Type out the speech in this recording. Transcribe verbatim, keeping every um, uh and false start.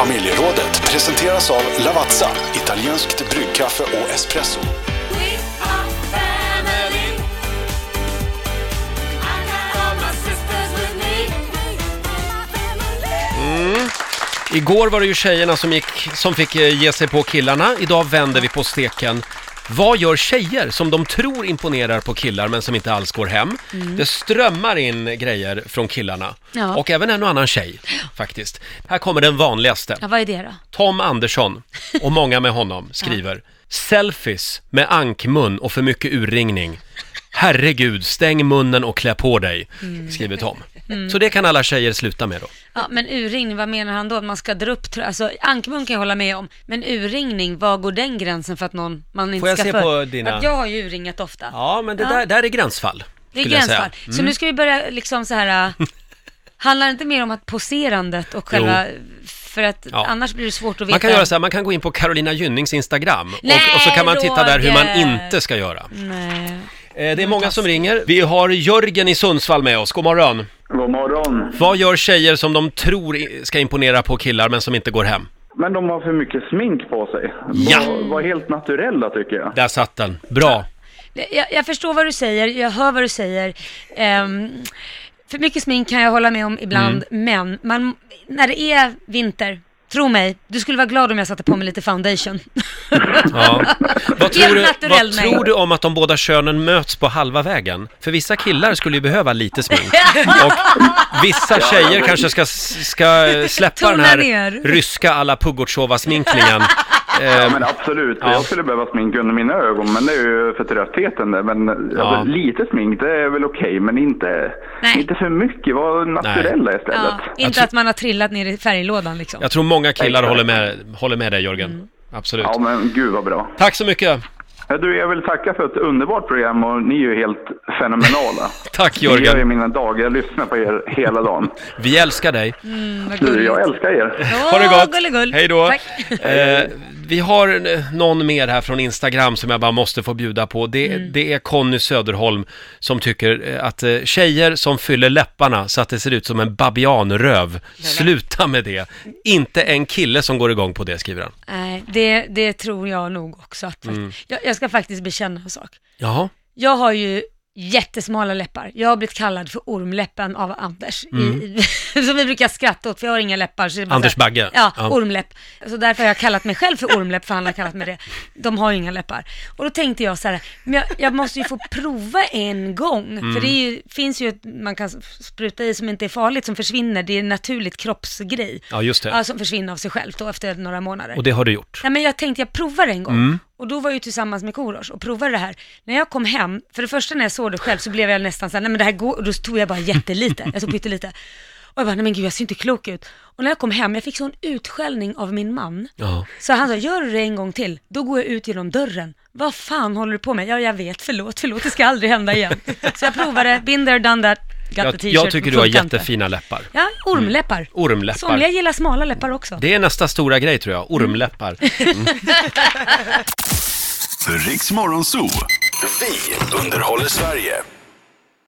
Familjerådet presenteras av Lavazza, italienskt bryggkaffe och espresso. Mm. Igår var det ju tjejerna som, gick, som fick ge sig på killarna. Idag vänder vi på steken. Vad gör tjejer som de tror imponerar på killar men som inte alls går hem? Mm. Det strömmar in grejer från killarna. Ja. Och även en och annan tjej faktiskt. Här kommer den vanligaste. Ja, vad är det då? Tom Andersson och många med honom skriver: ja. Selfies med ankmun och för mycket urringning. Herregud, stäng munnen och klä på dig, mm. skriver Tom. Mm. Så det kan alla tjejer sluta med då. Ja, men urringning, vad menar han då? Att man ska dra upp, alltså ankmun kan jag hålla med om. Men urringning, vad går den gränsen för att någon man inte Får jag ska se för? på dina... Att jag har ju urringat ofta. Ja, men det ja. Där, där är gränsfall. Det är gränsfall. Mm. Så nu ska vi börja liksom så här... handlar det inte mer om att poserandet och själva... Jo. För att ja. annars blir det svårt att veta. Man kan göra så här, man kan gå in på Carolina Gynnings Instagram. Nej, och, och så kan man titta Roger. där hur man inte ska göra. Nej. Det är många som ringer. Vi har Jörgen i Sundsvall med oss. God morgon. God morgon. Vad gör tjejer som de tror ska imponera på killar men som inte går hem? Men de har för mycket smink på sig. Ja. Var, var helt naturella tycker jag. Där satt den. Bra. Jag, jag förstår vad du säger. Jag hör vad du säger. Um, för mycket smink kan jag hålla med om ibland. Mm. Men man, när det är vinter... Tro mig, du skulle vara glad om jag satte på mig lite foundation. Ja. Vad, tror du, vad tror du om att de båda könen möts på halva vägen? För vissa killar skulle ju behöva lite smink. Och vissa tjejer kanske ska, ska släppa den här ner. ryska alla Pugochova-sminkningen. Ja, men absolut. Ja. Jag skulle behöva smink under mina ögon, men det är ju för tröttheten där. Men ja. alltså, lite smink, det är väl okej, okay, men inte, inte för mycket. Var naturella Nej. istället. Ja, inte att man har trillat ner i färglådan liksom. Jag tror många killar håller med, håller med dig, Jörgen. Mm. Absolut. Ja, men gud vad bra. Tack så mycket. Ja, du, jag vill tacka för ett underbart program och ni är ju helt fenomenala. Tack, Jörgen. Ni gör ju mina dagar, jag lyssnar på er hela dagen. Vi älskar dig. Mm, du, jag älskar er. Oh, ha det gott. Gulligull. Hej då. Eh, vi har någon mer här från Instagram som jag bara måste få bjuda på. Det, mm. det är Conny Söderholm som tycker att tjejer som fyller läpparna så att det ser ut som en babianröv. Sluta med det. Inte en kille som går igång på det, skriver han. Nej, det, det tror jag nog också. Att mm. jag, jag ska faktiskt bekänna en sak. Jaha. Jag har ju jättesmala läppar. Jag har blivit kallad för ormläppen av Anders. Mm. I, som vi brukar skratta åt, för jag har inga läppar. Så det Anders så här, Bagge. Ja, ja, ormläpp. Så därför har jag kallat mig själv för ormläpp, för han har kallat mig det. De har ju inga läppar. Och då tänkte jag så här, men jag, jag måste ju få prova en gång. Mm. För det är ju, finns ju ett, man kan spruta i som inte är farligt, som försvinner. Det är en naturligt kroppsgrej. Ja, just det. Ja, som försvinner av sig själv då efter några månader. Och det har du gjort. Ja, men jag tänkte jag provar en gång. Mm. Och då var jag ju tillsammans med Korosh och provade det här. När jag kom hem, för det första när jag såg det själv så blev jag nästan så här, nej men det här går, och då tog jag bara jättelite. Jag tog pyttelite. Och jag bara, nej men gud, jag ser inte klok ut. Och när jag kom hem, jag fick sån utskällning av min man. Ja. Så han sa, gör du det en gång till, då går jag ut genom dörren. Vad fan håller du på med? Ja, jag vet, förlåt, förlåt, det ska aldrig hända igen. Så jag provade, been there, done that. Jag, jag tycker du har jättefina läppar. Ja, ormläppar. Mm. Ormläppar. Somliga gillar smala läppar också. Det är nästa stora grej, tror jag. Ormläppar. Mm. Riks Morgonzoo. Vi underhåller Sverige.